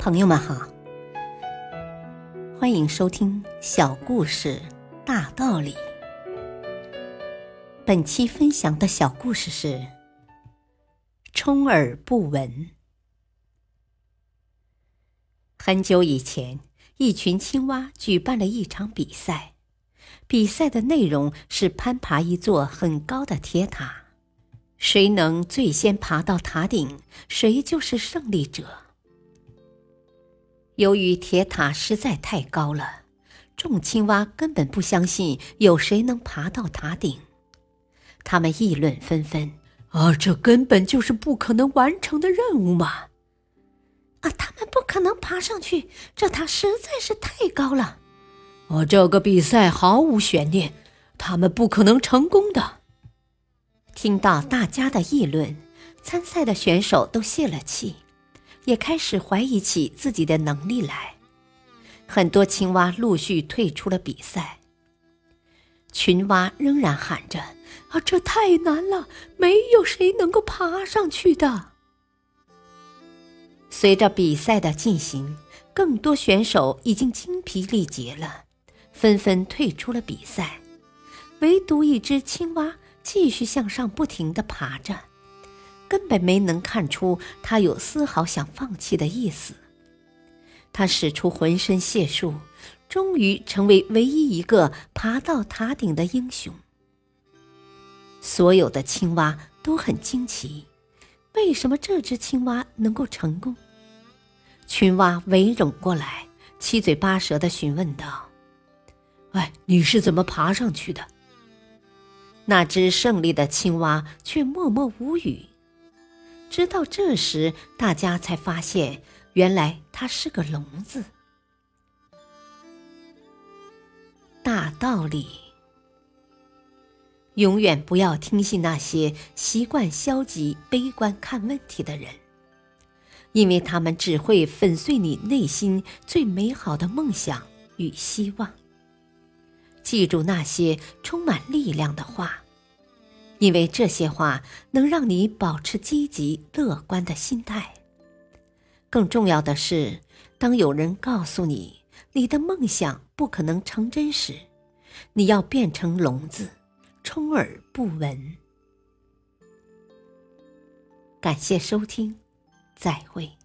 朋友们好，欢迎收听小故事大道理。本期分享的小故事是充耳不闻。很久以前，一群青蛙举办了一场比赛，比赛的内容是攀爬一座很高的铁塔，谁能最先爬到塔顶，谁就是胜利者。由于铁塔实在太高了，众青蛙根本不相信有谁能爬到塔顶。他们议论纷纷，这根本就是不可能完成的任务嘛！他们不可能爬上去，这塔实在是太高了。这个比赛毫无悬念，他们不可能成功的。听到大家的议论，参赛的选手都泄了气，也开始怀疑起自己的能力来。很多青蛙陆续退出了比赛。群蛙仍然喊着，这太难了，没有谁能够爬上去的。随着比赛的进行，更多选手已经精疲力竭了，纷纷退出了比赛。唯独一只青蛙继续向上不停地爬着，根本没能看出它有丝毫想放弃的意思。它使出浑身解数，终于成为唯一一个爬到塔顶的英雄。所有的青蛙都很惊奇，为什么这只青蛙能够成功？群蛙围拢过来，七嘴八舌地询问道：你是怎么爬上去的？那只胜利的青蛙却默默无语。直到这时，大家才发现，原来它是个聋子。大道理：永远不要听信那些习惯消极悲观看问题的人，因为他们只会粉碎你内心最美好的梦想与希望。记住那些充满力量的话，因为这些话能让你保持积极乐观的心态。更重要的是，当有人告诉你你的梦想不可能成真时，你要变成聋子，充耳不闻。感谢收听，再会。